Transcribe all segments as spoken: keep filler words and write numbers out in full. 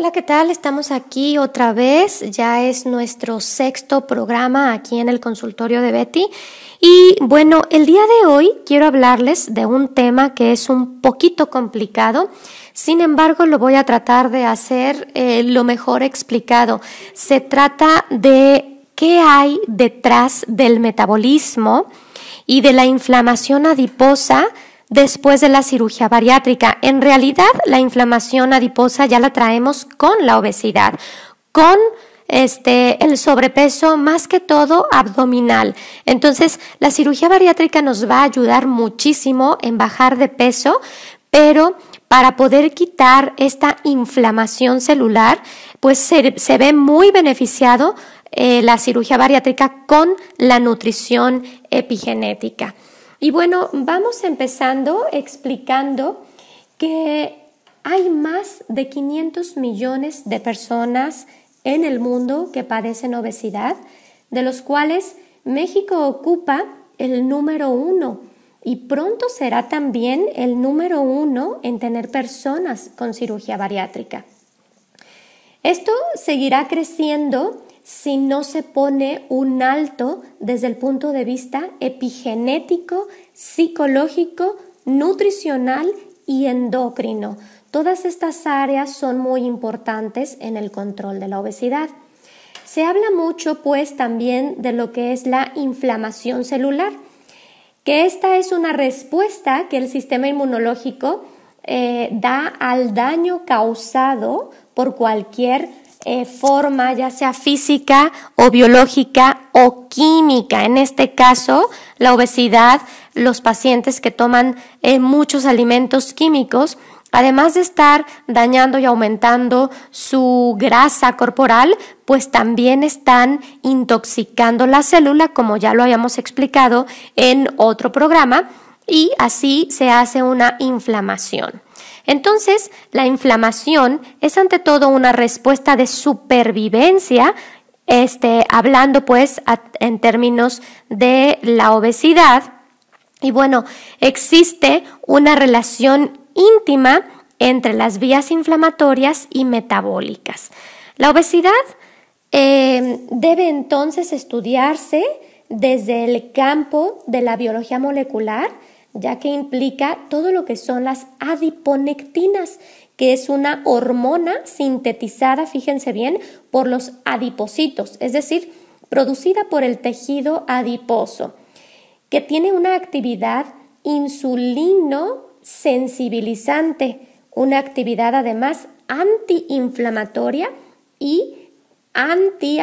Hola, ¿qué tal? Estamos aquí otra vez, ya es nuestro sexto programa aquí en el consultorio de Betty y bueno, el día de hoy quiero hablarles de un tema que es un poquito complicado, sin embargo lo voy a tratar de hacer eh, lo mejor explicado. Se trata de qué hay detrás del metabolismo y de la inflamación adiposa después de la cirugía bariátrica. En realidad, la inflamación adiposa ya la traemos con la obesidad, con este, el sobrepeso, más que todo abdominal. Entonces, la cirugía bariátrica nos va a ayudar muchísimo en bajar de peso, pero para poder quitar esta inflamación celular, pues se, se ve muy beneficiado eh, la cirugía bariátrica con la nutrición epigenética. Y bueno, vamos empezando explicando que hay más de quinientos millones de personas en el mundo que padecen obesidad, de los cuales México ocupa el número uno y pronto será también el número uno en tener personas con cirugía bariátrica. Esto seguirá creciendo si no se pone un alto desde el punto de vista epigenético, psicológico, nutricional y endocrino. Todas estas áreas son muy importantes en el control de la obesidad. Se habla mucho, pues, también de lo que es la inflamación celular, que esta es una respuesta que el sistema inmunológico eh, da al daño causado por cualquier Eh, forma, ya sea física o biológica o química. En este caso, la obesidad, los pacientes que toman eh, muchos alimentos químicos, además de estar dañando y aumentando su grasa corporal, pues también están intoxicando la célula, como ya lo habíamos explicado en otro programa, y así se hace una inflamación. Entonces, la inflamación es ante todo una respuesta de supervivencia, este, hablando pues a, en términos de la obesidad. Y bueno, existe una relación íntima entre las vías inflamatorias y metabólicas. La obesidad eh, debe entonces estudiarse desde el campo de la biología molecular, ya que implica todo lo que son las adiponectinas, que es una hormona sintetizada, fíjense bien, por los adipocitos, es decir, producida por el tejido adiposo, que tiene una actividad insulino sensibilizante, una actividad además antiinflamatoria y anti,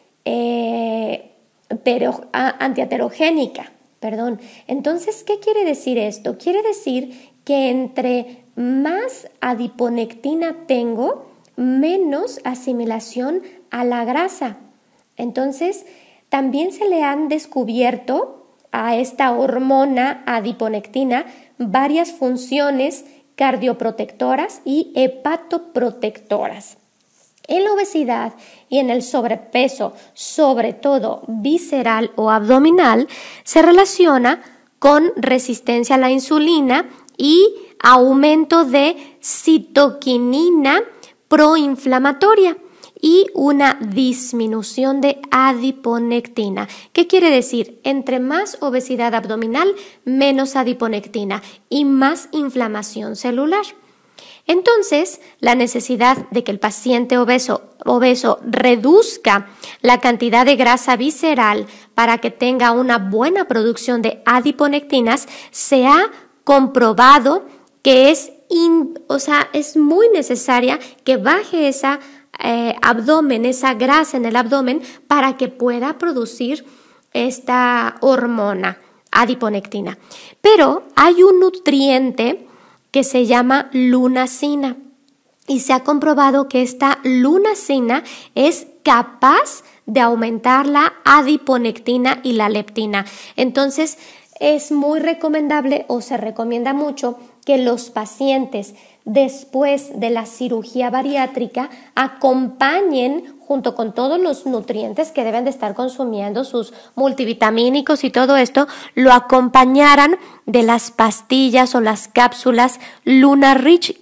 eh, tero, antiaterogénica. Perdón. Entonces, ¿qué quiere decir esto? Quiere decir que entre más adiponectina tengo, menos asimilación a la grasa. Entonces, también se le han descubierto a esta hormona adiponectina varias funciones cardioprotectoras y hepatoprotectoras. En la obesidad y en el sobrepeso, sobre todo visceral o abdominal, se relaciona con resistencia a la insulina y aumento de citoquinina proinflamatoria y una disminución de adiponectina. ¿Qué quiere decir? Entre más obesidad abdominal, menos adiponectina y más inflamación celular. Entonces, la necesidad de que el paciente obeso, obeso reduzca la cantidad de grasa visceral para que tenga una buena producción de adiponectinas se ha comprobado que es, in, o sea, es muy necesaria que baje esa eh, abdomen, esa grasa en el abdomen para que pueda producir esta hormona adiponectina. Pero hay un nutriente que se llama lunacina y se ha comprobado que esta lunacina es capaz de aumentar la adiponectina y la leptina. Entonces, es muy recomendable o se recomienda mucho que los pacientes después de la cirugía bariátrica acompañen junto con todos los nutrientes que deben de estar consumiendo, sus multivitamínicos y todo esto, lo acompañaran de las pastillas o las cápsulas LunaRich, que es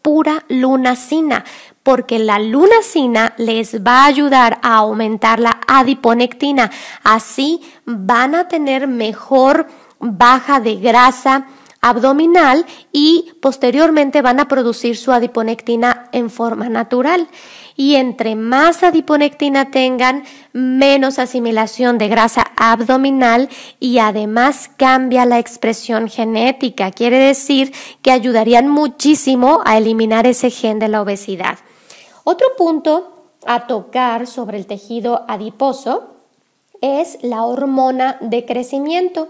pura lunacina, porque la lunacina les va a ayudar a aumentar la adiponectina. Así van a tener mejor baja de grasa abdominal y posteriormente van a producir su adiponectina en forma natural. Y entre más adiponectina tengan, menos asimilación de grasa abdominal y además cambia la expresión genética. Quiere decir que ayudarían muchísimo a eliminar ese gen de la obesidad. Otro punto a tocar sobre el tejido adiposo es la hormona de crecimiento.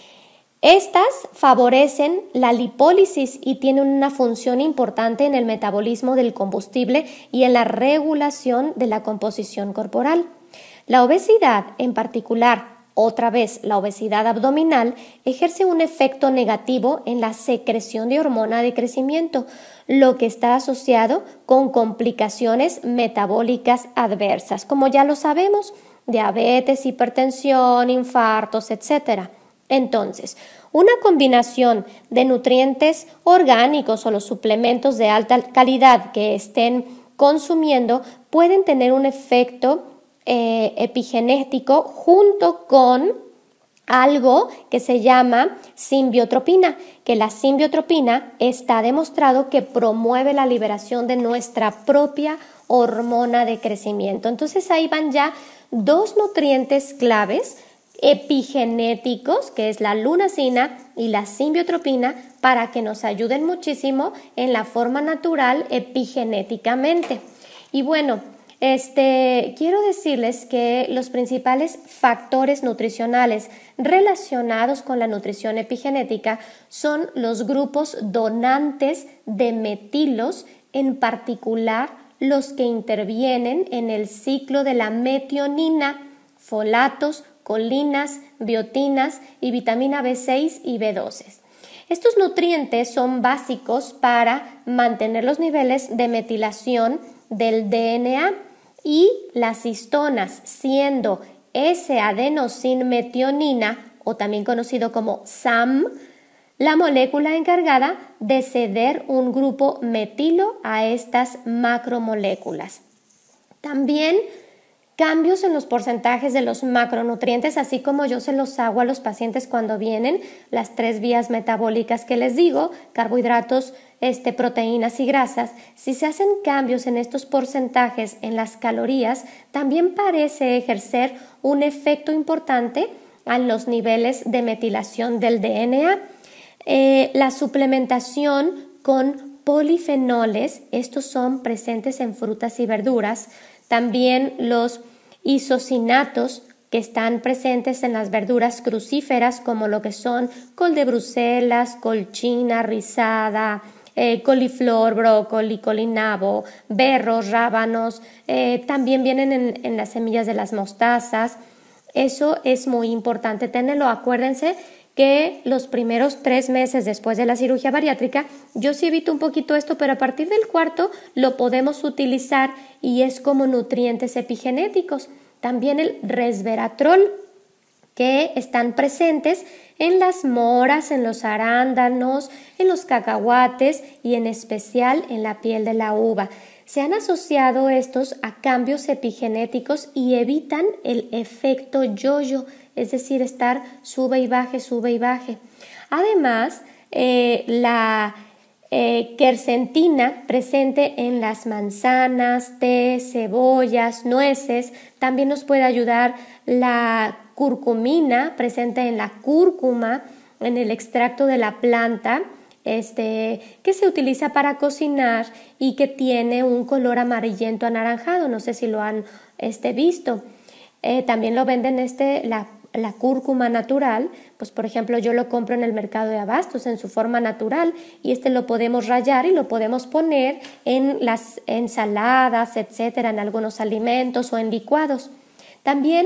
Estas favorecen la lipólisis y tienen una función importante en el metabolismo del combustible y en la regulación de la composición corporal. La obesidad, en particular, otra vez la obesidad abdominal, ejerce un efecto negativo en la secreción de hormona de crecimiento, lo que está asociado con complicaciones metabólicas adversas, como ya lo sabemos, diabetes, hipertensión, infartos, etcétera. Entonces, una combinación de nutrientes orgánicos o los suplementos de alta calidad que estén consumiendo pueden tener un efecto eh, epigenético junto con algo que se llama simbiotropina, que la simbiotropina está demostrado que promueve la liberación de nuestra propia hormona de crecimiento. Entonces ahí van ya dos nutrientes claves epigenéticos, que es la lunacina y la simbiotropina, para que nos ayuden muchísimo en la forma natural epigenéticamente. Y bueno, este, quiero decirles que los principales factores nutricionales relacionados con la nutrición epigenética son los grupos donantes de metilos, en particular los que intervienen en el ciclo de la metionina, folatos, colinas, biotinas y vitamina B seis y B doce. Estos nutrientes son básicos para mantener los niveles de metilación del D N A y las histonas, siendo S-adenosinmetionina, o también conocido como S A M, la molécula encargada de ceder un grupo metilo a estas macromoléculas. También cambios en los porcentajes de los macronutrientes, así como yo se los hago a los pacientes cuando vienen, las tres vías metabólicas que les digo, carbohidratos, este, proteínas y grasas. Si se hacen cambios en estos porcentajes en las calorías, también parece ejercer un efecto importante en los niveles de metilación del D N A. Eh, la suplementación con polifenoles, estos son presentes en frutas y verduras. También los isocinatos que están presentes en las verduras crucíferas, como lo que son col de Bruselas, col china rizada, eh, coliflor, brócoli, colinabo, berros, rábanos, eh, también vienen en, en las semillas de las mostazas. Eso es muy importante tenerlo. Acuérdense que los primeros tres meses después de la cirugía bariátrica, yo sí evito un poquito esto, pero a partir del cuarto lo podemos utilizar y es como nutrientes epigenéticos. También el resveratrol, que están presentes en las moras, en los arándanos, en los cacahuates y en especial en la piel de la uva. Se han asociado estos a cambios epigenéticos y evitan el efecto yo-yo, es decir, estar sube y baje, sube y baje. Además, eh, la eh, quercetina presente en las manzanas, té, cebollas, nueces, también nos puede ayudar la curcumina presente en la cúrcuma, en el extracto de la planta, este, que se utiliza para cocinar y que tiene un color amarillento anaranjado. No sé si lo han este, visto. Eh, también lo venden este, la, la cúrcuma natural, pues por ejemplo yo lo compro en el mercado de abastos en su forma natural y este lo podemos rallar y lo podemos poner en las ensaladas, etcétera, en algunos alimentos o en licuados. También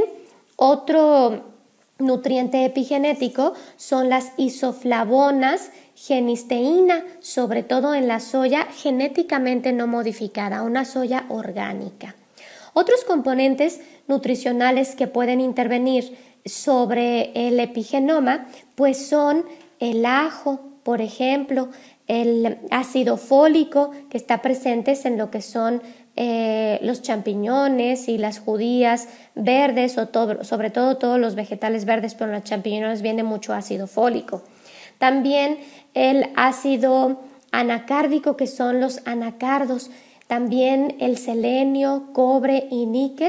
otro nutriente epigenético son las isoflavonas genisteína, sobre todo en la soya genéticamente no modificada, una soya orgánica. Otros componentes nutricionales que pueden intervenir sobre el epigenoma pues son el ajo, por ejemplo, el ácido fólico que está presente en lo que son eh, los champiñones y las judías verdes, o todo, sobre todo todos los vegetales verdes, pero en los champiñones viene mucho ácido fólico. También el ácido anacárdico, que son los anacardos. También el selenio, cobre y níquel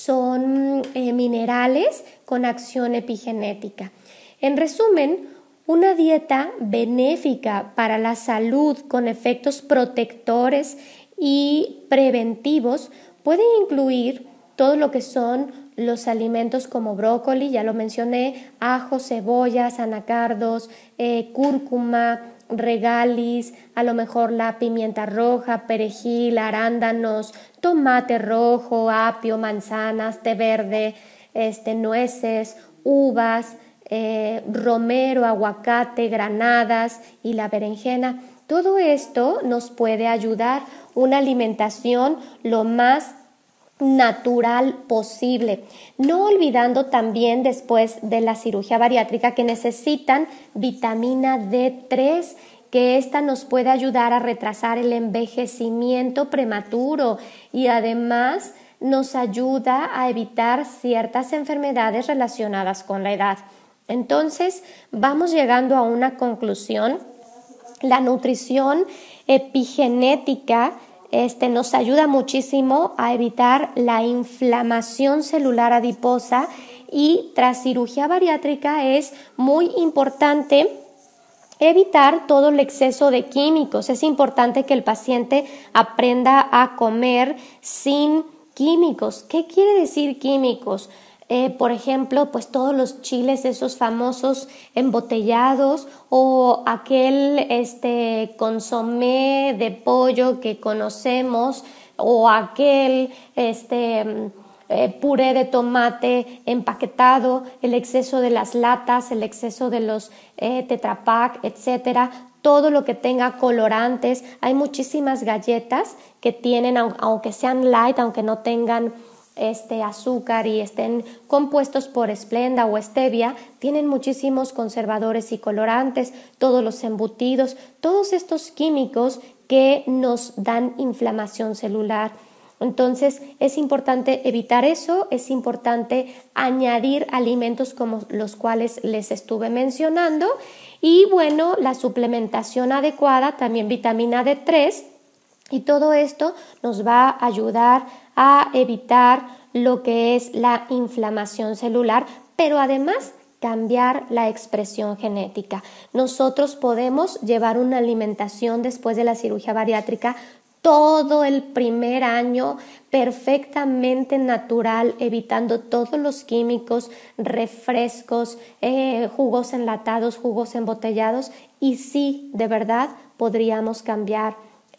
son eh, minerales con acción epigenética. En resumen, una dieta benéfica para la salud con efectos protectores y preventivos puede incluir todo lo que son los alimentos como brócoli, ya lo mencioné, ajo, cebollas, anacardos, eh, cúrcuma, regalis, a lo mejor la pimienta roja, perejil, arándanos, tomate rojo, apio, manzanas, té verde, este, nueces, uvas, eh, romero, aguacate, granadas y la berenjena. Todo esto nos puede ayudar una alimentación lo más natural posible, no olvidando también después de la cirugía bariátrica que necesitan vitamina D tres, que esta nos puede ayudar a retrasar el envejecimiento prematuro y además nos ayuda a evitar ciertas enfermedades relacionadas con la edad. Entonces vamos llegando a una conclusión. La nutrición epigenética Este, nos ayuda muchísimo a evitar la inflamación celular adiposa, y tras cirugía bariátrica es muy importante evitar todo el exceso de químicos. Es importante que el paciente aprenda a comer sin químicos. ¿Qué quiere decir químicos? Eh, por ejemplo, pues todos los chiles esos famosos embotellados, o aquel este consomé de pollo que conocemos, o aquel este eh, puré de tomate empaquetado, el exceso de las latas, el exceso de los eh, Tetra Pak, etcétera. Todo lo que tenga colorantes. Hay muchísimas galletas que tienen, aunque sean light, aunque no tengan este azúcar y estén compuestos por Splenda o stevia, tienen muchísimos conservadores y colorantes, todos los embutidos, todos estos químicos que nos dan inflamación celular. Entonces es importante evitar eso, es importante añadir alimentos como los cuales les estuve mencionando, y bueno, la suplementación adecuada, también vitamina D tres, y todo esto nos va a ayudar a evitar lo que es la inflamación celular, pero además cambiar la expresión genética. Nosotros podemos llevar una alimentación después de la cirugía bariátrica todo el primer año perfectamente natural, evitando todos los químicos, refrescos, eh, jugos enlatados, jugos embotellados, y sí, de verdad, podríamos cambiar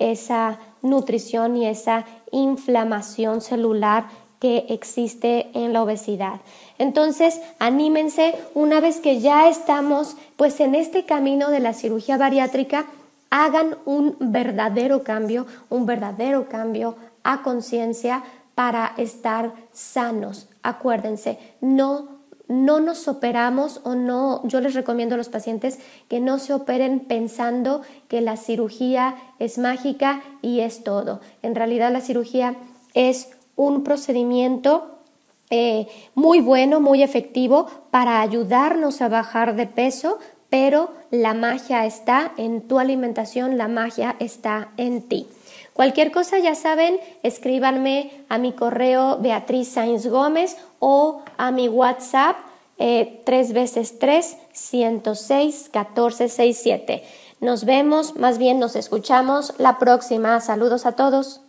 esa nutrición y esa inflamación celular que existe en la obesidad. Entonces, anímense, una vez que ya estamos pues en este camino de la cirugía bariátrica, hagan un verdadero cambio, un verdadero cambio a conciencia para estar sanos. Acuérdense, no No nos operamos o no, yo les recomiendo a los pacientes que no se operen pensando que la cirugía es mágica y es todo. En realidad la cirugía es un procedimiento eh, muy bueno, muy efectivo para ayudarnos a bajar de peso, pero la magia está en tu alimentación, la magia está en ti. Cualquier cosa, ya saben, escríbanme a mi correo Beatriz Sainz Gómez o a mi WhatsApp eh, tres veces tres, ciento seis, catorce sesenta y siete. Nos vemos, más bien nos escuchamos la próxima. Saludos a todos.